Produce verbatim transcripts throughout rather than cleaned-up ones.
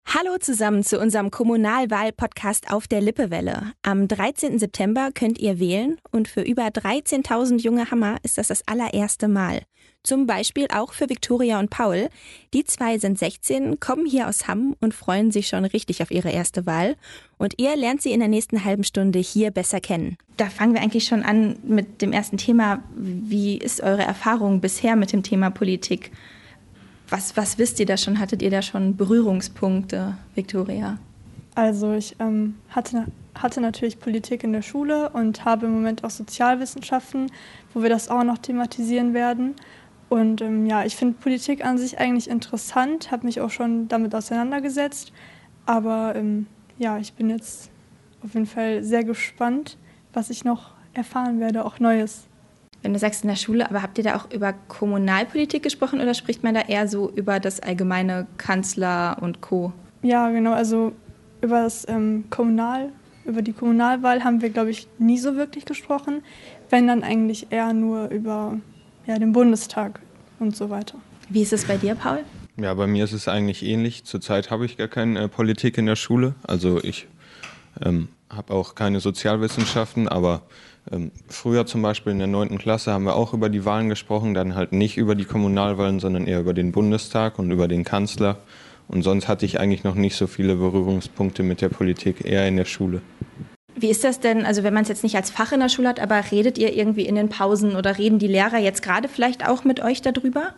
Hallo zusammen zu unserem Kommunalwahl-Podcast auf der Lippewelle. Am dreizehnten September könnt ihr wählen und für über dreizehntausend junge Hammer ist das das allererste Mal. Zum Beispiel auch für Viktoria und Paul. Die zwei sind sechzehn, kommen hier aus Hamm und freuen sich schon richtig auf ihre erste Wahl. Und ihr lernt sie in der nächsten halben Stunde hier besser kennen. Da fangen wir eigentlich schon an mit dem ersten Thema. Wie ist eure Erfahrung bisher mit dem Thema Politik? Was, was wisst ihr da schon? Hattet ihr da schon Berührungspunkte, Viktoria? Also ich ähm, hatte, hatte natürlich Politik in der Schule und habe im Moment auch Sozialwissenschaften, wo wir das auch noch thematisieren werden. Und ähm, ja, ich finde Politik an sich eigentlich interessant, habe mich auch schon damit auseinandergesetzt. Aber ähm, ja, ich bin jetzt auf jeden Fall sehr gespannt, was ich noch erfahren werde, auch Neues. Wenn du sagst in der Schule, aber habt ihr da auch über Kommunalpolitik gesprochen oder spricht man da eher so über das allgemeine Kanzler und Co.? Ja, genau, also über das ähm, Kommunal, über die Kommunalwahl haben wir, glaube ich, nie so wirklich gesprochen. Wenn dann eigentlich eher nur über ja, den Bundestag und so weiter. Wie ist es bei dir, Paul? Ja, bei mir ist es eigentlich ähnlich. Zurzeit habe ich gar keine äh, Politik in der Schule. Also ich ähm, habe auch keine Sozialwissenschaften, aber ähm, früher zum Beispiel in der neunten Klasse haben wir auch über die Wahlen gesprochen, dann halt nicht über die Kommunalwahlen, sondern eher über den Bundestag und über den Kanzler. Und sonst hatte ich eigentlich noch nicht so viele Berührungspunkte mit der Politik, eher in der Schule. Wie ist das denn, also wenn man es jetzt nicht als Fach in der Schule hat, aber redet ihr irgendwie in den Pausen oder reden die Lehrer jetzt gerade vielleicht auch mit euch darüber?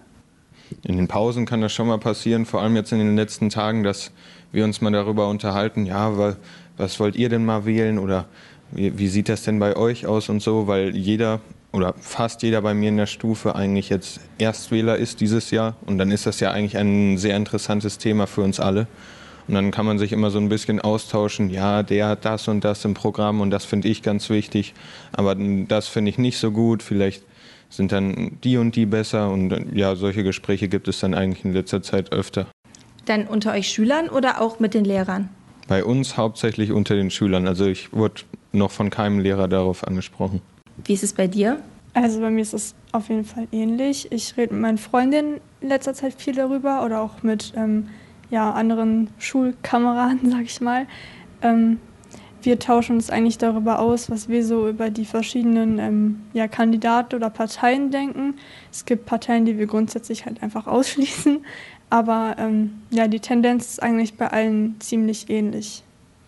In den Pausen kann das schon mal passieren, vor allem jetzt in den letzten Tagen, dass wir uns mal darüber unterhalten, ja, weil, was wollt ihr denn mal wählen oder wie, wie sieht das denn bei euch aus und so, weil jeder oder fast jeder bei mir in der Stufe eigentlich jetzt Erstwähler ist dieses Jahr und dann ist das ja eigentlich ein sehr interessantes Thema für uns alle. Und dann kann man sich immer so ein bisschen austauschen, ja, der hat das und das im Programm und das finde ich ganz wichtig, aber das finde ich nicht so gut, vielleicht sind dann die und die besser und ja, solche Gespräche gibt es dann eigentlich in letzter Zeit öfter. Dann unter euch Schülern oder auch mit den Lehrern? Bei uns hauptsächlich unter den Schülern, also ich wurde noch von keinem Lehrer darauf angesprochen. Wie ist es bei dir? Also bei mir ist es auf jeden Fall ähnlich. Ich rede mit meinen Freundinnen in letzter Zeit viel darüber oder auch mit ähm, ja, anderen Schulkameraden, sag ich mal. Ähm, wir tauschen uns eigentlich darüber aus, was wir so über die verschiedenen ähm, ja, Kandidaten oder Parteien denken. Es gibt Parteien, die wir grundsätzlich halt einfach ausschließen, aber ähm, ja, die Tendenz ist eigentlich bei allen ziemlich ähnlich.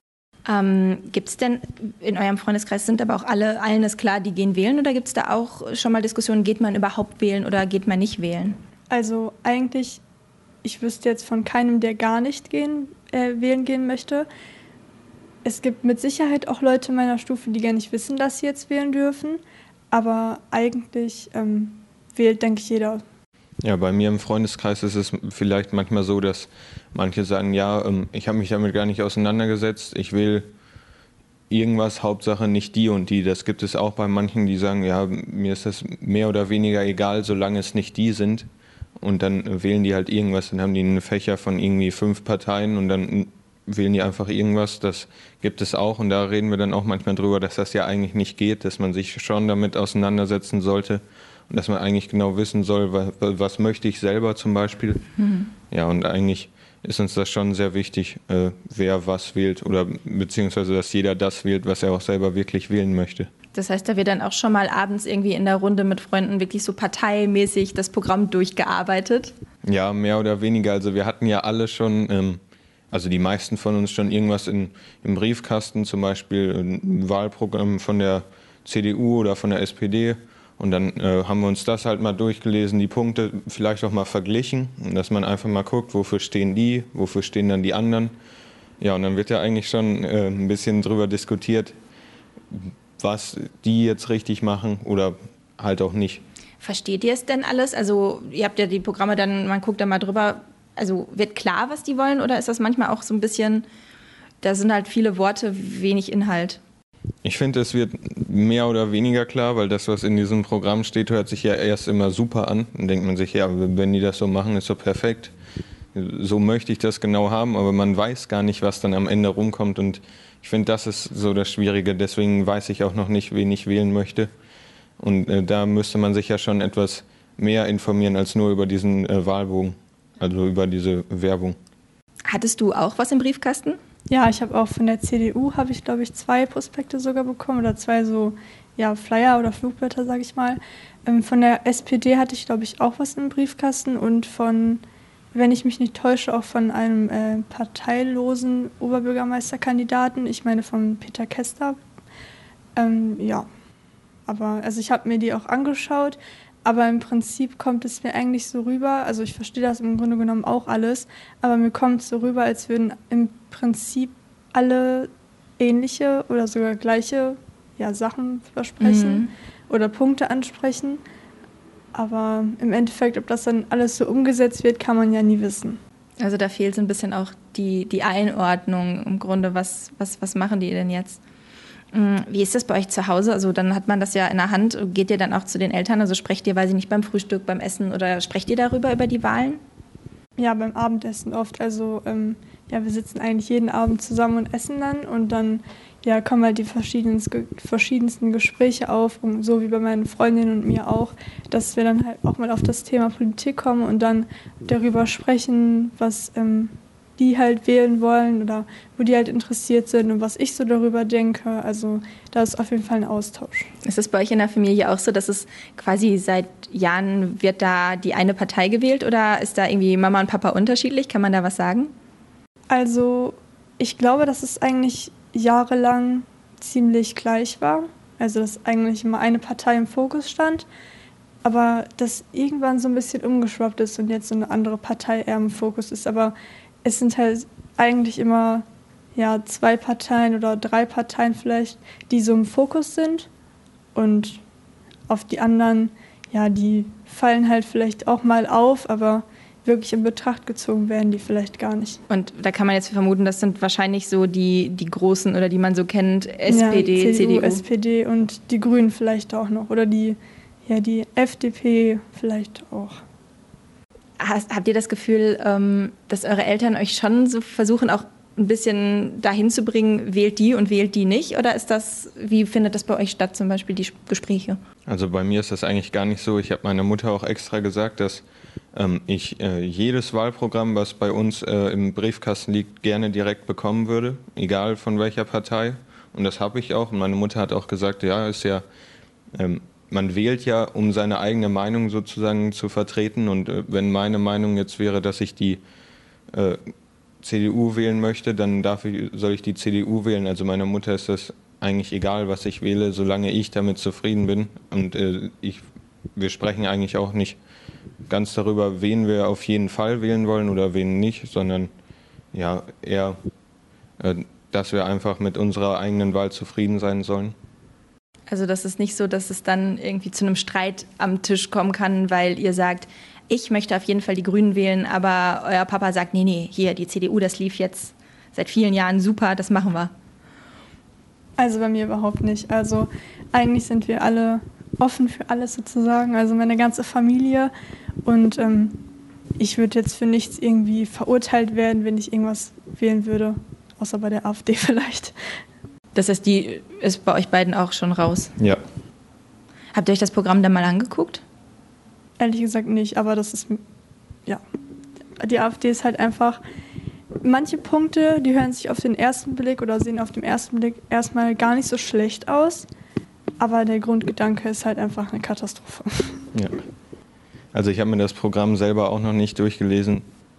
Ähm, gibt es denn in eurem Freundeskreis, sind aber auch alle, allen ist klar, die gehen wählen oder gibt es da auch schon mal Diskussionen, geht man überhaupt wählen oder geht man nicht wählen? Also eigentlich, ich wüsste jetzt von keinem, der gar nicht gehen, äh, wählen gehen möchte. Es gibt mit Sicherheit auch Leute in meiner Stufe, die gar nicht wissen, dass sie jetzt wählen dürfen, aber eigentlich ähm, wählt, denke ich, jeder. Ja, bei mir im Freundeskreis ist es vielleicht manchmal so, dass manche sagen, ja, ich habe mich damit gar nicht auseinandergesetzt, ich will irgendwas, Hauptsache nicht die und die. Das gibt es auch bei manchen, die sagen, ja, mir ist das mehr oder weniger egal, solange es nicht die sind. Und dann wählen die halt irgendwas, dann haben die einen Fächer von irgendwie fünf Parteien und dann wählen die einfach irgendwas. Das gibt es auch und da reden wir dann auch manchmal drüber, dass das ja eigentlich nicht geht, dass man sich schon damit auseinandersetzen sollte. Und dass man eigentlich genau wissen soll, was, was möchte ich selber zum Beispiel. Mhm. Ja, und eigentlich ist uns das schon sehr wichtig, äh, wer was wählt oder beziehungsweise, dass jeder das wählt, was er auch selber wirklich wählen möchte. Das heißt, da wird dann auch schon mal abends irgendwie in der Runde mit Freunden wirklich so parteimäßig das Programm durchgearbeitet? Ja, mehr oder weniger. Also wir hatten ja alle schon, ähm, also die meisten von uns schon irgendwas in, im Briefkasten, zum Beispiel ein Wahlprogramm von der C D U oder von der S P D. Und dann äh, haben wir uns das halt mal durchgelesen, die Punkte vielleicht auch mal verglichen, dass man einfach mal guckt, wofür stehen die, wofür stehen dann die anderen. Ja, und dann wird ja eigentlich schon äh, ein bisschen drüber diskutiert, was die jetzt richtig machen oder halt auch nicht. Versteht ihr es denn alles? Also ihr habt ja die Programme dann, man guckt da mal drüber, also wird klar, was die wollen oder ist das manchmal auch so ein bisschen, da sind halt viele Worte, wenig Inhalt? Ich finde, es wird mehr oder weniger klar, weil das, was in diesem Programm steht, hört sich ja erst immer super an. Dann denkt man sich, ja, wenn die das so machen, ist so perfekt. So möchte ich das genau haben, aber man weiß gar nicht, was dann am Ende rumkommt. Und ich finde, das ist so das Schwierige. Deswegen weiß ich auch noch nicht, wen ich wählen möchte. Und äh, da müsste man sich ja schon etwas mehr informieren als nur über diesen äh, Wahlbogen, also über diese Werbung. Hattest du auch was im Briefkasten? Ja, ich habe auch von der C D U, habe ich glaube ich zwei Prospekte sogar bekommen oder zwei so ja, Flyer oder Flugblätter, sage ich mal. Ähm, von der S P D hatte ich glaube ich auch was im Briefkasten und von, wenn ich mich nicht täusche, auch von einem äh, parteilosen Oberbürgermeisterkandidaten, ich meine von Peter Kester. Ähm, ja, aber also ich habe mir die auch angeschaut, aber im Prinzip kommt es mir eigentlich so rüber, also ich verstehe das im Grunde genommen auch alles, aber mir kommt es so rüber, als würden im Prinzip alle ähnliche oder sogar gleiche ja, Sachen versprechen mhm. oder Punkte ansprechen. Aber im Endeffekt, ob das dann alles so umgesetzt wird, kann man ja nie wissen. Also da fehlt so ein bisschen auch die, die Einordnung im Grunde, was, was, was machen die denn jetzt? Wie ist das bei euch zu Hause? Also dann hat man das ja in der Hand. Geht ihr dann auch zu den Eltern? Also sprecht ihr, weiß ich nicht, beim Frühstück, beim Essen oder sprecht ihr darüber, über die Wahlen? Ja, beim Abendessen oft. Also ähm, ja, wir sitzen eigentlich jeden Abend zusammen und essen dann und dann ja, kommen halt die verschiedensten, verschiedensten Gespräche auf, und so wie bei meinen Freundinnen und mir auch, dass wir dann halt auch mal auf das Thema Politik kommen und dann darüber sprechen, was ähm, die halt wählen wollen oder wo die halt interessiert sind und was ich so darüber denke. Also da ist auf jeden Fall ein Austausch. Ist es bei euch in der Familie auch so, dass es quasi seit Jahren wird da die eine Partei gewählt oder ist da irgendwie Mama und Papa unterschiedlich? Kann man da was sagen? Also ich glaube, dass es eigentlich jahrelang ziemlich gleich war. Also dass eigentlich immer eine Partei im Fokus stand, aber dass irgendwann so ein bisschen umgeschwappt ist und jetzt so eine andere Partei eher im Fokus ist. Aber es sind halt eigentlich immer ja, zwei Parteien oder drei Parteien vielleicht, die so im Fokus sind. Und auf die anderen, ja, die fallen halt vielleicht auch mal auf, aber wirklich in Betracht gezogen werden die vielleicht gar nicht. Und da kann man jetzt vermuten, das sind wahrscheinlich so die, die großen oder die man so kennt, S P D, ja, C D U, C D U. S P D und die Grünen vielleicht auch noch oder die, ja, die F D P vielleicht auch. Hast, habt ihr das Gefühl, ähm, dass eure Eltern euch schon so versuchen, auch ein bisschen dahin zu bringen, wählt die und wählt die nicht? Oder ist das, wie findet das bei euch statt, zum Beispiel die Gespräche? Also bei mir ist das eigentlich gar nicht so. Ich habe meiner Mutter auch extra gesagt, dass ähm, ich äh, jedes Wahlprogramm, was bei uns äh, im Briefkasten liegt, gerne direkt bekommen würde, egal von welcher Partei. Und das habe ich auch. Und meine Mutter hat auch gesagt, ja, ist ja, ähm, man wählt ja, um seine eigene Meinung sozusagen zu vertreten. Und äh, wenn meine Meinung jetzt wäre, dass ich die äh, C D U wählen möchte, dann darf ich, soll ich die C D U wählen. Also meiner Mutter ist das eigentlich egal, was ich wähle, solange ich damit zufrieden bin. Und äh, ich, wir sprechen eigentlich auch nicht ganz darüber, wen wir auf jeden Fall wählen wollen oder wen nicht, sondern ja eher, äh, dass wir einfach mit unserer eigenen Wahl zufrieden sein sollen. Also das ist nicht so, dass es dann irgendwie zu einem Streit am Tisch kommen kann, weil ihr sagt, ich möchte auf jeden Fall die Grünen wählen, aber euer Papa sagt, nee, nee, hier, die C D U, das lief jetzt seit vielen Jahren super, das machen wir. Also bei mir überhaupt nicht. Also eigentlich sind wir alle offen für alles sozusagen, also meine ganze Familie. Und ähm, ich würde jetzt für nichts irgendwie verurteilt werden, wenn ich irgendwas wählen würde, außer bei der AfD vielleicht. Das heißt, die ist bei euch beiden auch schon raus? Ja. Habt ihr euch das Programm dann mal angeguckt? Ehrlich gesagt nicht, aber das ist, ja, die AfD ist halt einfach, manche Punkte, die hören sich auf den ersten Blick oder sehen auf den ersten Blick erstmal gar nicht so schlecht aus, aber der Grundgedanke ist halt einfach eine Katastrophe. Ja. Also ich habe mir das Programm selber auch noch nicht durchgelesen.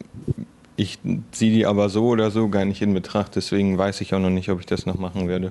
Ich ziehe die aber so oder so gar nicht in Betracht, deswegen weiß ich auch noch nicht, ob ich das noch machen werde.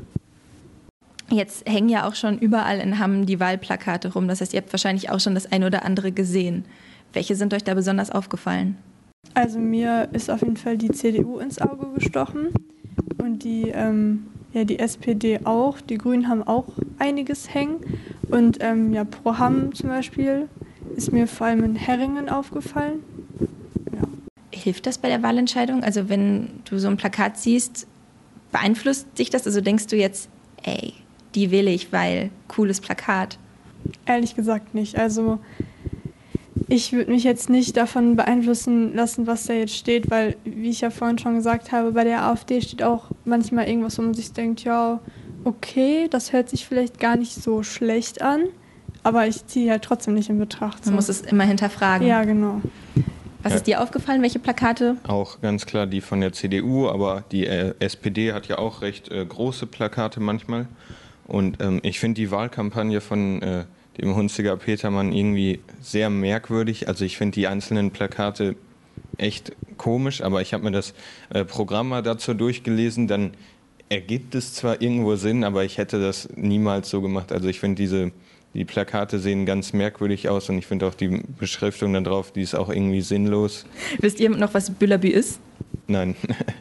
Jetzt hängen ja auch schon überall in Hamm die Wahlplakate rum. Das heißt, ihr habt wahrscheinlich auch schon das eine oder andere gesehen. Welche sind euch da besonders aufgefallen? Also mir ist auf jeden Fall die C D U ins Auge gestochen und die, ähm, ja, die S P D auch. Die Grünen haben auch einiges hängen. Und ähm, ja, pro Hamm zum Beispiel ist mir vor allem in Herringen aufgefallen. Ja. Hilft das bei der Wahlentscheidung? Also wenn du so ein Plakat siehst, beeinflusst dich das? Also denkst du jetzt, ey, die wähle ich, weil cooles Plakat? Ehrlich gesagt nicht. Also ich würde mich jetzt nicht davon beeinflussen lassen, was da jetzt steht, weil, wie ich ja vorhin schon gesagt habe, bei der AfD steht auch manchmal irgendwas, wo man sich denkt, ja, okay, das hört sich vielleicht gar nicht so schlecht an, aber ich ziehe halt trotzdem nicht in Betracht. So. Man muss es immer hinterfragen. Ja, genau. Was Ja. ist dir aufgefallen? Welche Plakate? Auch ganz klar die von der C D U, aber die äh, S P D hat ja auch recht äh, große Plakate manchmal. Und ähm, ich finde die Wahlkampagne von äh, dem Hunziker Petermann irgendwie sehr merkwürdig. Also ich finde die einzelnen Plakate echt komisch, aber ich habe mir das äh, Programm mal dazu durchgelesen, dann ergibt es zwar irgendwo Sinn, aber ich hätte das niemals so gemacht. Also ich finde diese die Plakate sehen ganz merkwürdig aus und ich finde auch die Beschriftung da drauf, die ist auch irgendwie sinnlos. Wisst ihr noch, was Bülabü ist? Nein.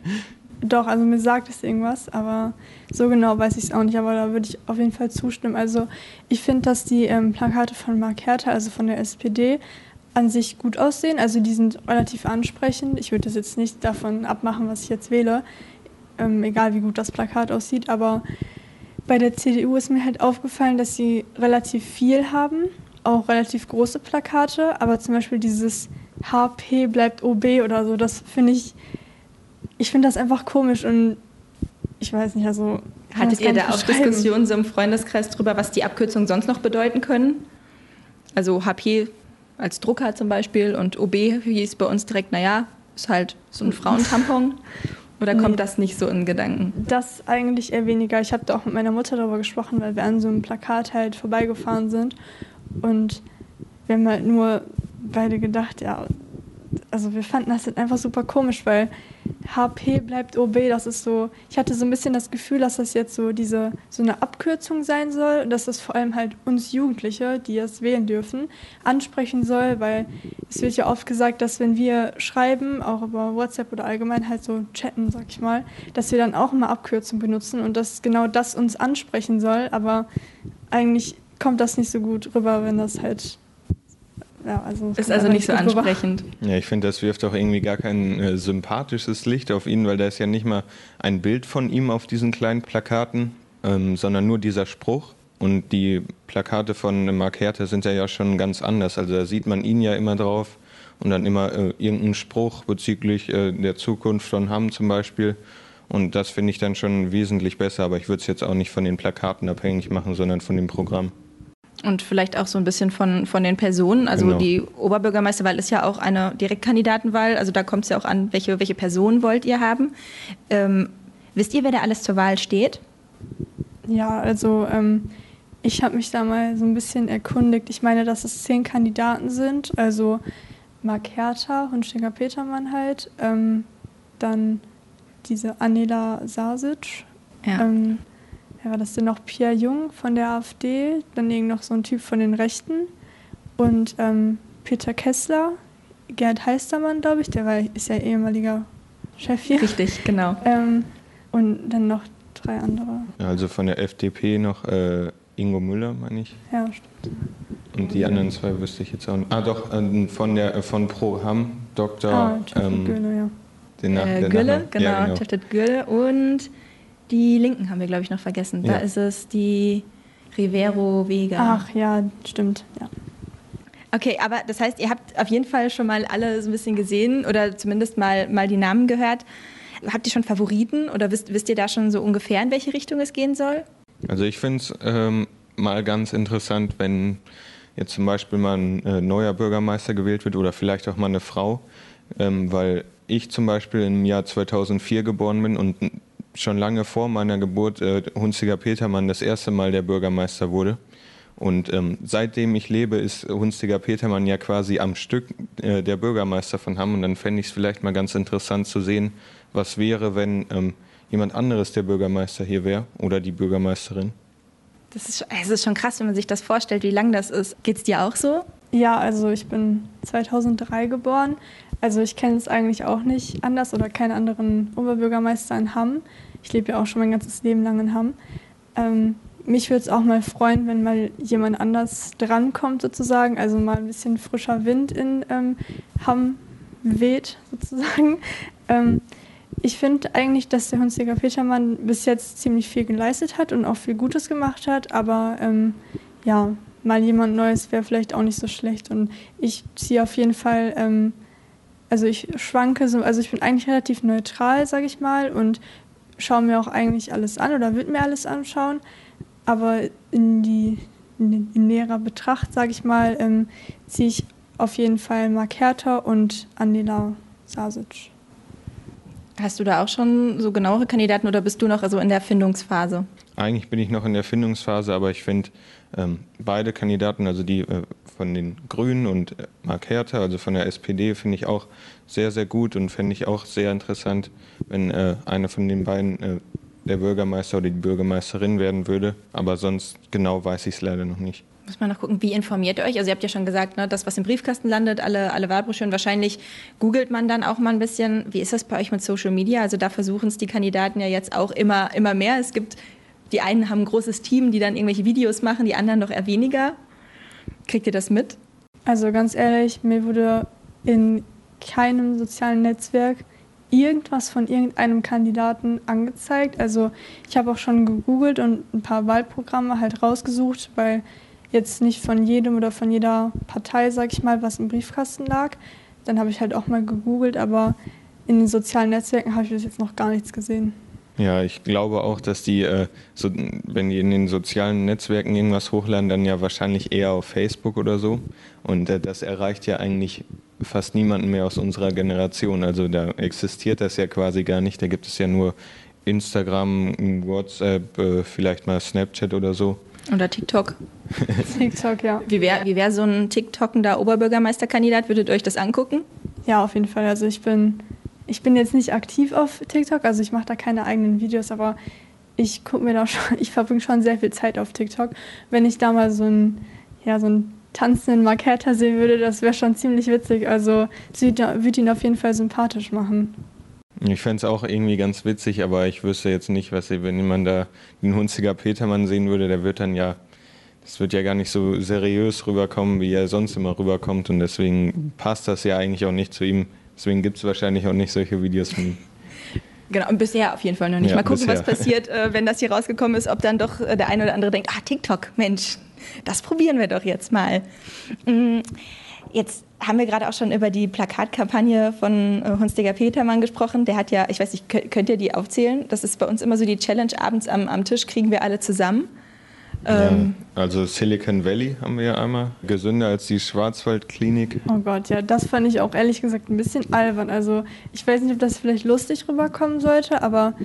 Doch, also mir sagt es irgendwas, aber so genau weiß ich es auch nicht, aber da würde ich auf jeden Fall zustimmen. Also ich finde, dass die ähm, Plakate von Mark Hertha, also von der S P D, an sich gut aussehen. Also die sind relativ ansprechend. Ich würde das jetzt nicht davon abmachen, was ich jetzt wähle, ähm, egal wie gut das Plakat aussieht, aber bei der C D U ist mir halt aufgefallen, dass sie relativ viel haben, auch relativ große Plakate, aber zum Beispiel dieses H P bleibt O B oder so, das finde ich, ich finde das einfach komisch und ich weiß nicht, also... Hattet ihr da auch Diskussionen so im Freundeskreis drüber, was die Abkürzungen sonst noch bedeuten können? Also H P als Drucker zum Beispiel und O B hieß bei uns direkt, naja, ist halt so ein Frauentampon. Oder kommt nee. das nicht so in Gedanken? Das eigentlich eher weniger. Ich habe da auch mit meiner Mutter darüber gesprochen, weil wir an so einem Plakat halt vorbeigefahren sind. Und wir haben halt nur beide gedacht, ja, also wir fanden das halt einfach super komisch, weil H P bleibt O B, das ist so, ich hatte so ein bisschen das Gefühl, dass das jetzt so diese, so eine Abkürzung sein soll und dass das vor allem halt uns Jugendliche, die es wählen dürfen, ansprechen soll, weil es wird ja oft gesagt, dass wenn wir schreiben, auch über WhatsApp oder allgemein halt so chatten, sag ich mal, dass wir dann auch immer Abkürzungen benutzen und dass genau das uns ansprechen soll, aber eigentlich kommt das nicht so gut rüber, wenn das halt... Ja, also ist also nicht so ansprechend. Ja, ich finde, das wirft auch irgendwie gar kein äh, sympathisches Licht auf ihn, weil da ist ja nicht mal ein Bild von ihm auf diesen kleinen Plakaten, ähm, sondern nur dieser Spruch. Und die Plakate von Mark Hertha sind ja, ja schon ganz anders. Also da sieht man ihn ja immer drauf und dann immer äh, irgendeinen Spruch bezüglich äh, der Zukunft von Hamm zum Beispiel. Und das finde ich dann schon wesentlich besser. Aber ich würde es jetzt auch nicht von den Plakaten abhängig machen, sondern von dem Programm. Und vielleicht auch so ein bisschen von, von den Personen. Also genau. Die Oberbürgermeisterwahl ist ja auch eine Direktkandidatenwahl. Also da kommt es ja auch an, welche, welche Personen wollt ihr haben. Ähm, wisst ihr, wer da alles zur Wahl steht? Ja, also ähm, ich habe mich da mal so ein bisschen erkundigt. Ich meine, dass es zehn Kandidaten sind. Also Mark Hertha, Hunziker Petermann halt. Ähm, dann diese Anela Sasic. Ja. Ähm, Ja, war das denn noch Pierre Jung von der AfD, dann irgend noch so ein Typ von den Rechten und ähm, Peter Kessler, Gerd Heistermann, glaube ich, der war, ist ja ehemaliger Chef hier. Richtig, genau. Ähm, und dann noch drei andere. Also von der F D P noch äh, Ingo Müller, meine ich. Ja, stimmt. Und die anderen zwei wüsste ich jetzt auch nicht. Ah doch, äh, von, der, von Pro Hamm, Doktor Ah, ähm, Gülle, ja. Den Nach- äh, Gülle, genau, ja, genau. Teftet Gülle und die Linken haben wir, glaube ich, noch vergessen. Da ja. ist es die Rivero Vega. Ach ja, stimmt, ja. Okay, aber das heißt, ihr habt auf jeden Fall schon mal alle so ein bisschen gesehen oder zumindest mal, mal die Namen gehört. Habt ihr schon Favoriten oder wisst, wisst ihr da schon so ungefähr, in welche Richtung es gehen soll? Also ich finde es ähm, mal ganz interessant, wenn jetzt zum Beispiel mal ein äh, neuer Bürgermeister gewählt wird oder vielleicht auch mal eine Frau, ähm, weil ich zum Beispiel im Jahr zweitausendvier geboren bin und schon lange vor meiner Geburt äh, Hunziker Petermann das erste Mal der Bürgermeister wurde. Und ähm, seitdem ich lebe, ist Hunziker Petermann ja quasi am Stück äh, der Bürgermeister von Hamm. Und dann fände ich es vielleicht mal ganz interessant zu sehen, was wäre, wenn ähm, jemand anderes der Bürgermeister hier wäre oder die Bürgermeisterin. Das ist, es ist schon krass, wenn man sich das vorstellt, wie lang das ist. Geht es dir auch so? Ja, also ich bin zweitausenddrei geboren. Also ich kenne es eigentlich auch nicht anders oder keine anderen Oberbürgermeister in Hamm. Ich lebe ja auch schon mein ganzes Leben lang in Hamm. Ähm, mich würde es auch mal freuen, wenn mal jemand anders drankommt sozusagen. Also mal ein bisschen frischer Wind in ähm, Hamm weht sozusagen. Ähm, ich finde eigentlich, dass der Hunziker Petermann bis jetzt ziemlich viel geleistet hat und auch viel Gutes gemacht hat. Aber ähm, ja, mal jemand Neues wäre vielleicht auch nicht so schlecht. Und ich ziehe auf jeden Fall... Ähm, Also ich schwanke so, also ich bin eigentlich relativ neutral, sage ich mal, und schaue mir auch eigentlich alles an oder würde mir alles anschauen. Aber in die in, in näherer Betracht, sage ich mal, ähm, ziehe ich auf jeden Fall Marc Herter und Andila Sasic. Hast du da auch schon so genauere Kandidaten oder bist du noch so in der Findungsphase? Eigentlich bin ich noch in der Findungsphase, aber ich finde ähm, beide Kandidaten, also die äh, von den Grünen und äh, Marc Herter, also von der S P D, finde ich auch sehr, sehr gut und fände ich auch sehr interessant, wenn äh, einer von den beiden äh, der Bürgermeister oder die Bürgermeisterin werden würde. Aber sonst genau weiß ich es leider noch nicht. Muss man noch gucken, wie informiert ihr euch? Also ihr habt ja schon gesagt, ne, das, was im Briefkasten landet, alle, alle Wahlbroschüren, wahrscheinlich googelt man dann auch mal ein bisschen. Wie ist das bei euch mit Social Media? Also da versuchen es die Kandidaten ja jetzt auch immer, immer mehr. Es gibt, die einen haben ein großes Team, die dann irgendwelche Videos machen, die anderen noch eher weniger. Kriegt ihr das mit? Also ganz ehrlich, mir wurde in keinem sozialen Netzwerk irgendwas von irgendeinem Kandidaten angezeigt. Also ich habe auch schon gegoogelt und ein paar Wahlprogramme halt rausgesucht, weil jetzt nicht von jedem oder von jeder Partei, sag ich mal, was im Briefkasten lag. Dann habe ich halt auch mal gegoogelt, aber in den sozialen Netzwerken habe ich bis jetzt noch gar nichts gesehen. Ja, ich glaube auch, dass die, äh, so, wenn die in den sozialen Netzwerken irgendwas hochladen, dann ja wahrscheinlich eher auf Facebook oder so. Und äh, das erreicht ja eigentlich fast niemanden mehr aus unserer Generation. Also da existiert das ja quasi gar nicht. Da gibt es ja nur Instagram, WhatsApp, äh, vielleicht mal Snapchat oder so. Oder TikTok. TikTok, ja. Wie wäre wie wär so ein TikTokender Oberbürgermeisterkandidat? Würdet ihr euch das angucken? Ja, auf jeden Fall. Also ich bin, ich bin jetzt nicht aktiv auf TikTok, also ich mache da keine eigenen Videos, aber ich gucke mir da schon, ich verbringe schon sehr viel Zeit auf TikTok. Wenn ich da mal so einen, ja, so einen tanzenden Marc Herter sehen würde, das wäre schon ziemlich witzig. Also sie würde ihn auf jeden Fall sympathisch machen. Ich fände es auch irgendwie ganz witzig, aber ich wüsste jetzt nicht, was ich, wenn man da den Hunziger Petermann sehen würde, der wird dann ja, das wird ja gar nicht so seriös rüberkommen, wie er sonst immer rüberkommt und deswegen passt das ja eigentlich auch nicht zu ihm. Deswegen gibt es wahrscheinlich auch nicht solche Videos von ihm. Genau, und bisher auf jeden Fall noch nicht. Ja, Mal gucken, bisher. was passiert, äh, wenn das hier rausgekommen ist, ob dann doch äh, der eine oder andere denkt, ah, TikTok, Mensch, das probieren wir doch jetzt mal. Mm, Jetzt haben wir gerade auch schon über die Plakatkampagne von äh, Hunziger Petermann gesprochen. Der hat ja, ich weiß nicht, könnt, könnt ihr die aufzählen? Das ist bei uns immer so die Challenge, abends am, am Tisch kriegen wir alle zusammen. Ähm, Ja, also Silicon Valley haben wir ja einmal, gesünder als die Schwarzwaldklinik. Oh Gott, ja, das fand ich auch ehrlich gesagt ein bisschen albern. Also ich weiß nicht, ob das vielleicht lustig rüberkommen sollte, aber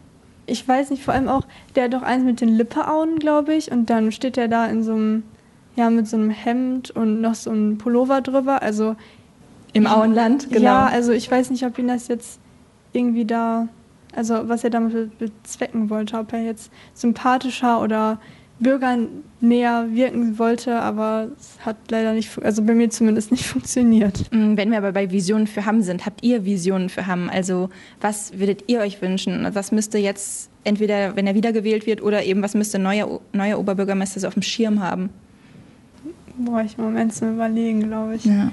ich weiß nicht, vor allem auch, der hat doch eins mit den Lippeauen, glaube ich, und dann steht er da in so einem, ja, mit so einem Hemd und noch so einem Pullover drüber, also Im Auenland, genau. Ja, also ich weiß nicht, ob ihn das jetzt irgendwie da, also was er damit bezwecken wollte, ob er jetzt sympathischer oder bürgernäher wirken wollte, aber es hat leider nicht, also bei mir zumindest nicht funktioniert. Wenn wir aber bei Visionen für Hamm sind, habt ihr Visionen für Hamm? Also was würdet ihr euch wünschen? Was müsste jetzt entweder, wenn er wiedergewählt wird, oder eben was müsste ein neuer, neuer Oberbürgermeister so auf dem Schirm haben? Boah, ich im Moment zum Überlegen, glaube ich. Ja.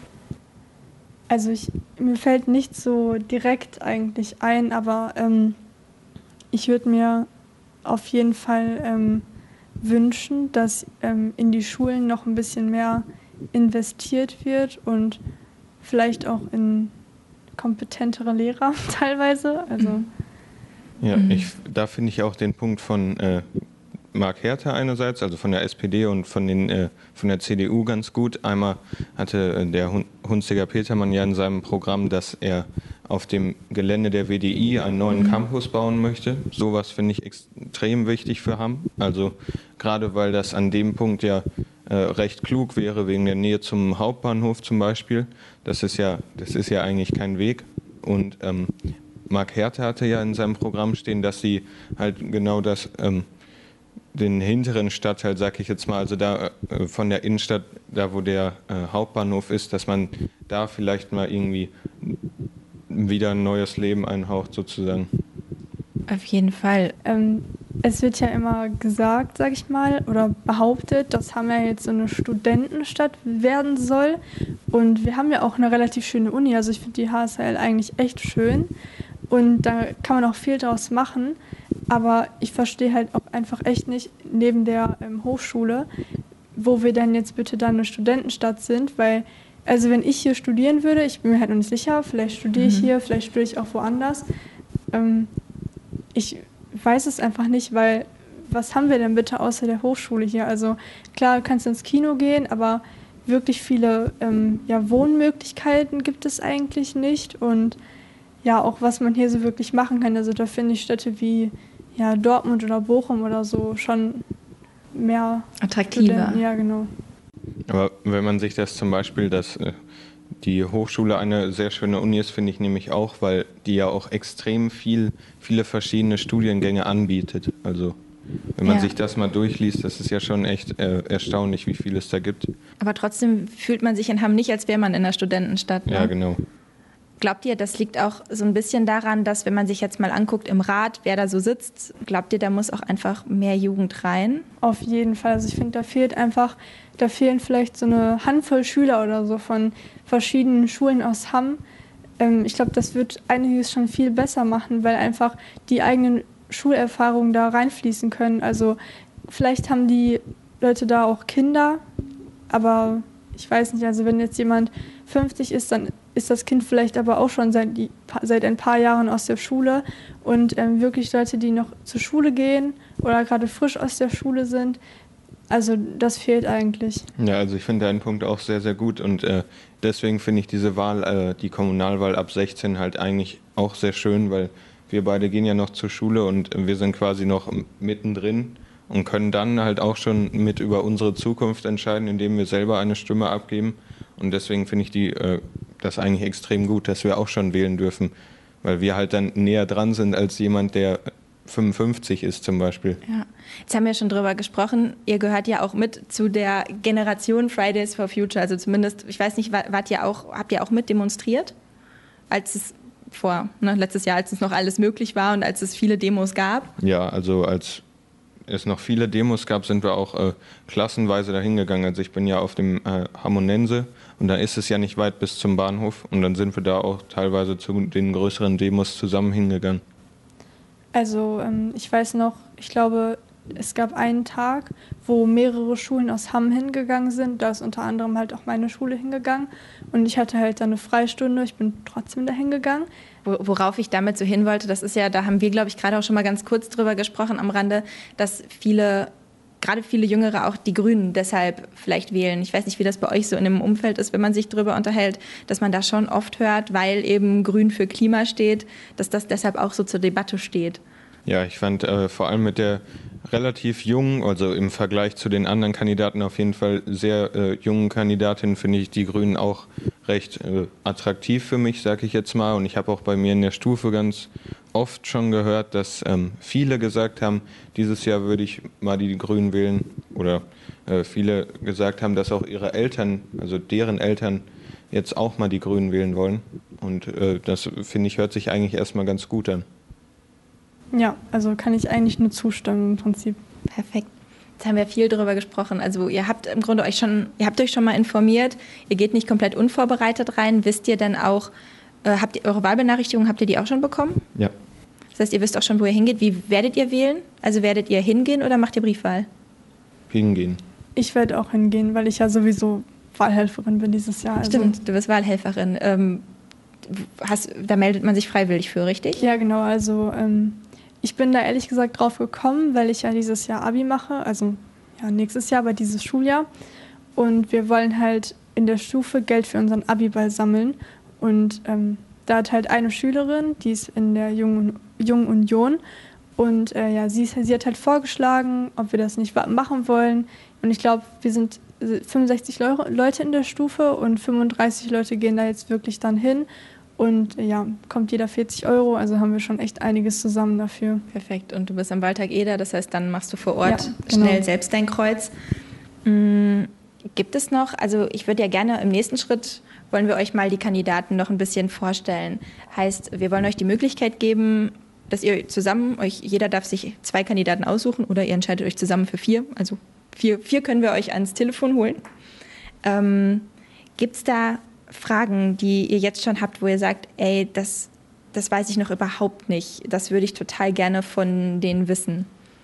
Also ich, mir fällt nicht so direkt eigentlich ein, aber ähm, ich würde mir auf jeden Fall ähm, wünschen, dass ähm, in die Schulen noch ein bisschen mehr investiert wird und vielleicht auch in kompetentere Lehrer teilweise. Also Ja, ich, da finde ich auch den Punkt von äh, Marc Herter einerseits, also von der S P D und von, den, äh, von der C D U ganz gut. Einmal hatte äh, der Hun- Hunziger Petermann ja in seinem Programm, dass er auf dem Gelände der W D I einen neuen Campus bauen möchte. Sowas finde ich extrem wichtig für Hamm. Also gerade weil das an dem Punkt ja äh, recht klug wäre, wegen der Nähe zum Hauptbahnhof zum Beispiel. Das ist ja, das ist ja eigentlich kein Weg. Und ähm, Marc Herter hatte ja in seinem Programm stehen, dass sie halt genau das, ähm, den hinteren Stadtteil, sag ich jetzt mal, also da äh, von der Innenstadt, da wo der äh, Hauptbahnhof ist, dass man da vielleicht mal irgendwie wieder ein neues Leben einhaucht sozusagen. Auf jeden Fall. ähm, es wird ja immer gesagt, sag ich mal, oder behauptet, dass Hamm ja jetzt so eine Studentenstadt werden soll. Und wir haben ja auch eine relativ schöne Uni, also ich finde die H S L eigentlich echt schön. Und da kann man auch viel draus machen. Aber ich verstehe halt auch einfach echt nicht, neben der ähm, Hochschule, wo wir dann jetzt bitte dann eine Studentenstadt sind, weil, also wenn ich hier studieren würde, ich bin mir halt noch nicht sicher, vielleicht studiere ich Mhm. hier, vielleicht studiere ich auch woanders. Ähm, ich weiß es einfach nicht, weil was haben wir denn bitte außer der Hochschule hier? Also klar, du kannst ins Kino gehen, aber wirklich viele ähm, ja, Wohnmöglichkeiten gibt es eigentlich nicht und ja, auch was man hier so wirklich machen kann. Also da finde ich Städte wie ja, Dortmund oder Bochum oder so schon mehr attraktiver. Studenten. Ja, genau. Aber wenn man sich das zum Beispiel, dass äh, die Hochschule eine sehr schöne Uni ist, finde ich nämlich auch, weil die ja auch extrem viel, viele verschiedene Studiengänge anbietet. Also wenn man Ja. sich das mal durchliest, das ist ja schon echt äh, erstaunlich, wie viel es da gibt. Aber trotzdem fühlt man sich in Hamm nicht, als wäre man in einer Studentenstadt. Ne? Ja, genau. Glaubt ihr, das liegt auch so ein bisschen daran, dass wenn man sich jetzt mal anguckt im Rat, wer da so sitzt, glaubt ihr, da muss auch einfach mehr Jugend rein? Auf jeden Fall. Also ich finde, da fehlt einfach, da fehlen vielleicht so eine Handvoll Schüler oder so von verschiedenen Schulen aus Hamm. Ähm, ich glaube, das wird einiges schon viel besser machen, weil einfach die eigenen Schulerfahrungen da reinfließen können. Also vielleicht haben die Leute da auch Kinder, aber ich weiß nicht, also wenn jetzt jemand fünfzig ist, dann ist das Kind vielleicht aber auch schon seit, die, seit ein paar Jahren aus der Schule und ähm, wirklich Leute, die noch zur Schule gehen oder gerade frisch aus der Schule sind, also das fehlt eigentlich. Ja, also ich finde deinen Punkt auch sehr, sehr gut und äh, deswegen finde ich diese Wahl, äh, die Kommunalwahl ab sechzehn halt eigentlich auch sehr schön, weil wir beide gehen ja noch zur Schule und wir sind quasi noch mittendrin und können dann halt auch schon mit über unsere Zukunft entscheiden, indem wir selber eine Stimme abgeben. Und deswegen finde ich die, äh, das eigentlich extrem gut, dass wir auch schon wählen dürfen, weil wir halt dann näher dran sind als jemand, der fünfundfünfzig ist zum Beispiel. Ja. Jetzt haben wir schon drüber gesprochen, ihr gehört ja auch mit zu der Generation Fridays for Future, also zumindest, ich weiß nicht, wart ihr auch, habt ihr auch mit demonstriert, als es vor, ne, letztes Jahr, als es noch alles möglich war und als es viele Demos gab? Ja, also als es noch viele Demos gab, sind wir auch äh, klassenweise dahin gegangen. Also ich bin ja auf dem äh, Hammonense und da ist es ja nicht weit bis zum Bahnhof und dann sind wir da auch teilweise zu den größeren Demos zusammen hingegangen. Also ähm, ich weiß noch, ich glaube, es gab einen Tag, wo mehrere Schulen aus Hamm hingegangen sind. Da ist unter anderem halt auch meine Schule hingegangen. Und ich hatte halt dann eine Freistunde. Ich bin trotzdem da hingegangen. Worauf ich damit so hin wollte, das ist ja, da haben wir, glaube ich, gerade auch schon mal ganz kurz drüber gesprochen am Rande, dass viele, gerade viele Jüngere auch die Grünen deshalb vielleicht wählen. Ich weiß nicht, wie das bei euch so in dem Umfeld ist, wenn man sich drüber unterhält, dass man da schon oft hört, weil eben Grün für Klima steht, dass das deshalb auch so zur Debatte steht. Ja, ich fand äh, vor allem mit der relativ jungen, also im Vergleich zu den anderen Kandidaten auf jeden Fall sehr äh, jungen Kandidatin, finde ich die Grünen auch recht äh, attraktiv für mich, sage ich jetzt mal. Und ich habe auch bei mir in der Stufe ganz oft schon gehört, dass ähm, viele gesagt haben, dieses Jahr würde ich mal die Grünen wählen. Oder äh, viele gesagt haben, dass auch ihre Eltern, also deren Eltern, jetzt auch mal die Grünen wählen wollen. Und äh, das, finde ich, hört sich eigentlich erstmal ganz gut an. Ja, also kann ich eigentlich nur zustimmen im Prinzip. Perfekt. Jetzt haben wir viel darüber gesprochen. Also ihr habt im Grunde euch schon, ihr habt euch schon mal informiert. Ihr geht nicht komplett unvorbereitet rein. Wisst ihr denn auch, äh, habt ihr eure Wahlbenachrichtigung, habt ihr die auch schon bekommen? Ja. Das heißt, ihr wisst auch schon, wo ihr hingeht. Wie werdet ihr wählen? Also werdet ihr hingehen oder macht ihr Briefwahl? Hingehen. Ich werde auch hingehen, weil ich ja sowieso Wahlhelferin bin dieses Jahr. Also Stimmt, du bist Wahlhelferin. Ähm, hast, da meldet man sich freiwillig für, richtig? ja, genau. Also ähm, ich bin da ehrlich gesagt drauf gekommen, weil ich ja dieses Jahr Abi mache, also ja nächstes Jahr, aber dieses Schuljahr. Und wir wollen halt in der Stufe Geld für unseren Abiball sammeln. Und ähm, da hat halt eine Schülerin, die ist in der Jungen, Jungen Union. Und äh, ja, sie, sie hat halt vorgeschlagen, ob wir das nicht machen wollen. Und ich glaube, wir sind fünfundsechzig Leute in der Stufe und fünfunddreißig Leute gehen da jetzt wirklich dann hin. Und ja, kommt jeder vierzig Euro, also haben wir schon echt einiges zusammen dafür. Perfekt. Und du bist am Waldtag Eder, das heißt, dann machst du vor Ort ja, genau. schnell selbst dein Kreuz. Mhm. Gibt es noch, also ich würde ja gerne im nächsten Schritt, wollen wir euch mal die Kandidaten noch ein bisschen vorstellen. Heißt, wir wollen euch die Möglichkeit geben, dass ihr zusammen, euch jeder darf sich zwei Kandidaten aussuchen oder ihr entscheidet euch zusammen für vier. Also vier, vier können wir euch ans Telefon holen. Ähm, gibt es da Fragen, die ihr jetzt schon habt, wo ihr sagt, ey, das, das weiß ich noch überhaupt nicht. Das würde ich total gerne von denen wissen.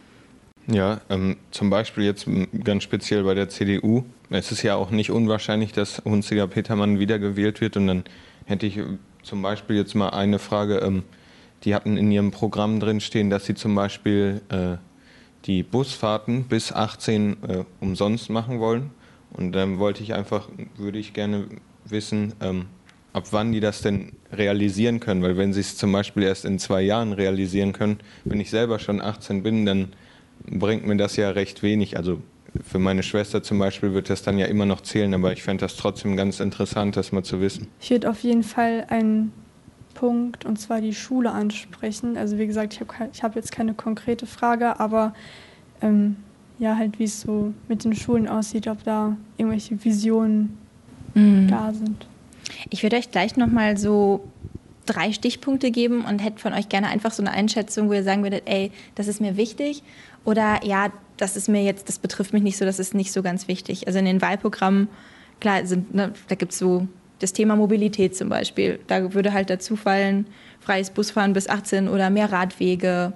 Ja, ähm, zum Beispiel jetzt ganz speziell bei der C D U. Es ist ja auch nicht unwahrscheinlich, dass Hunziker-Petermann wiedergewählt wird. Und dann hätte ich zum Beispiel jetzt mal eine Frage. Ähm, die hatten in ihrem Programm drin stehen, dass sie zum Beispiel äh, die Busfahrten bis achtzehn äh, umsonst machen wollen. Und dann wollte ich einfach, würde ich gerne wissen, ähm, ab wann die das denn realisieren können. Weil wenn sie es zum Beispiel erst in zwei Jahren realisieren können, wenn ich selber schon achtzehn bin, dann bringt mir das ja recht wenig. Also für meine Schwester zum Beispiel wird das dann ja immer noch zählen, aber ich fände das trotzdem ganz interessant, das mal zu wissen. Ich würde auf jeden Fall einen Punkt, und zwar die Schule ansprechen. Also wie gesagt, ich habe ich hab jetzt keine konkrete Frage, aber ähm, ja, halt wie es so mit den Schulen aussieht, ob da irgendwelche Visionen mhm. da sind. Ich würde euch gleich nochmal so drei Stichpunkte geben und hätte von euch gerne einfach so eine Einschätzung, wo ihr sagen würdet, ey, das ist mir wichtig oder ja, das ist mir jetzt, das betrifft mich nicht so, das ist nicht so ganz wichtig. Also in den Wahlprogrammen, klar, sind, ne, da gibt es so das Thema Mobilität zum Beispiel. Da würde halt dazu fallen, freies Busfahren bis achtzehn oder mehr Radwege,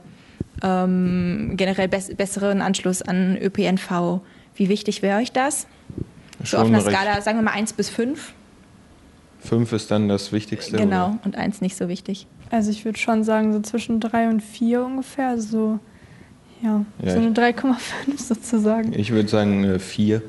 ähm, generell bess- besseren Anschluss an Ö P N V. Wie wichtig wäre euch das? So auf einer Skala, sagen wir mal eins bis fünf. Fünf ist dann das Wichtigste? Genau, oder? Und eins nicht so wichtig. Also ich würde schon sagen, so zwischen drei und vier ungefähr, also so, ja, ja so eine drei Komma fünf sozusagen. Ich würde sagen äh, vier.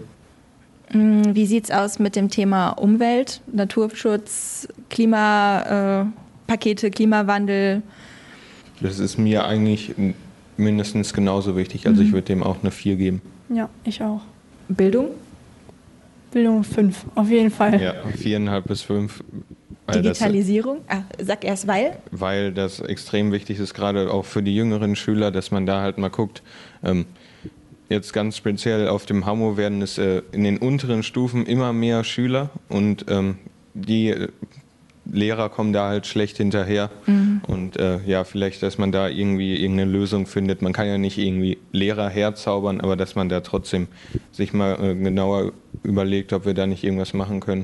Wie sieht es aus mit dem Thema Umwelt, Naturschutz, Klimapakete, äh, Klimawandel? Das ist mir eigentlich mindestens genauso wichtig. Also mhm. ich würde dem auch eine vier geben. Ja, ich auch. Bildung? Bildung fünf, auf jeden Fall. Ja, viereinhalb bis fünf. Digitalisierung? Das, Ach, sag erst weil? Weil das extrem wichtig ist, gerade auch für die jüngeren Schüler, dass man da halt mal guckt. Ähm, jetzt ganz speziell auf dem Hammo werden es äh, in den unteren Stufen immer mehr Schüler und ähm, die äh, Lehrer kommen da halt schlecht hinterher. Mhm. Und äh, ja, vielleicht, dass man da irgendwie irgendeine Lösung findet. Man kann ja nicht irgendwie Lehrer herzaubern, aber dass man da trotzdem sich mal äh, genauer überlegt, ob wir da nicht irgendwas machen können.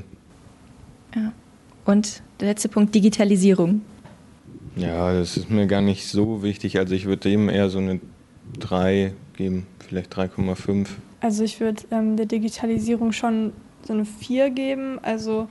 Ja. Und der letzte Punkt, Digitalisierung. Ja, das ist mir gar nicht so wichtig. Also ich würde dem eher so eine drei geben, vielleicht drei Komma fünf. Also ich würde ähm, der Digitalisierung schon so eine vier geben. Also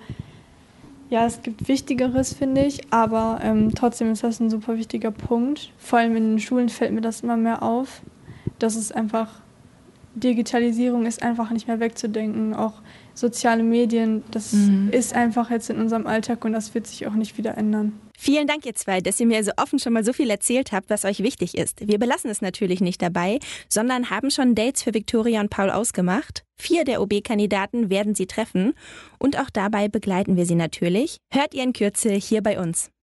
ja, es gibt Wichtigeres, finde ich, aber ähm, trotzdem ist das ein super wichtiger Punkt. Vor allem in den Schulen fällt mir das immer mehr auf, dass es einfach, Digitalisierung ist einfach nicht mehr wegzudenken. Auch soziale Medien, das mhm. ist einfach jetzt in unserem Alltag und das wird sich auch nicht wieder ändern. Vielen Dank, ihr zwei, dass ihr mir so offen schon mal so viel erzählt habt, was euch wichtig ist. Wir belassen es natürlich nicht dabei, sondern haben schon Dates für Viktoria und Paul ausgemacht. Vier der O B-Kandidaten werden sie treffen und auch dabei begleiten wir sie natürlich. Hört ihr in Kürze hier bei uns.